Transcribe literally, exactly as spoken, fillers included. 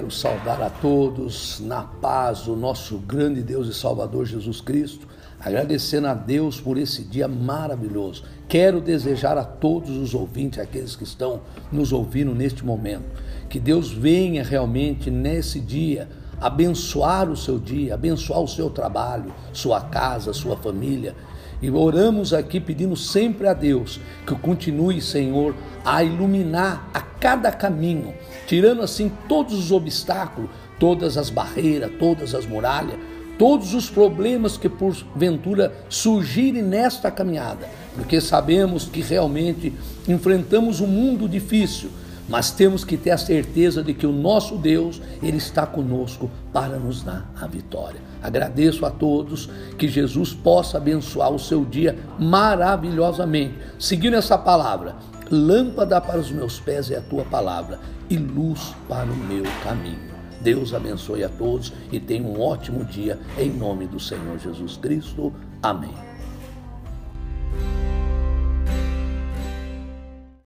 Quero saudar a todos na paz do nosso grande Deus e Salvador Jesus Cristo, agradecendo a Deus por esse dia maravilhoso. Quero desejar a todos os ouvintes, aqueles que estão nos ouvindo neste momento, que Deus venha realmente nesse dia abençoar o seu dia, abençoar o seu trabalho, sua casa, sua família. E oramos aqui pedindo sempre a Deus que continue, Senhor, a iluminar a cada caminho, tirando assim todos os obstáculos, todas as barreiras, todas as muralhas, todos os problemas que porventura surgirem nesta caminhada, porque sabemos que realmente enfrentamos um mundo difícil, mas temos que ter a certeza de que o nosso Deus, Ele está conosco para nos dar a vitória. Agradeço a todos, que Jesus possa abençoar o seu dia maravilhosamente. Seguindo essa palavra, lâmpada para os meus pés é a tua palavra e luz para o meu caminho. Deus abençoe a todos e tenha um ótimo dia em nome do Senhor Jesus Cristo. Amém.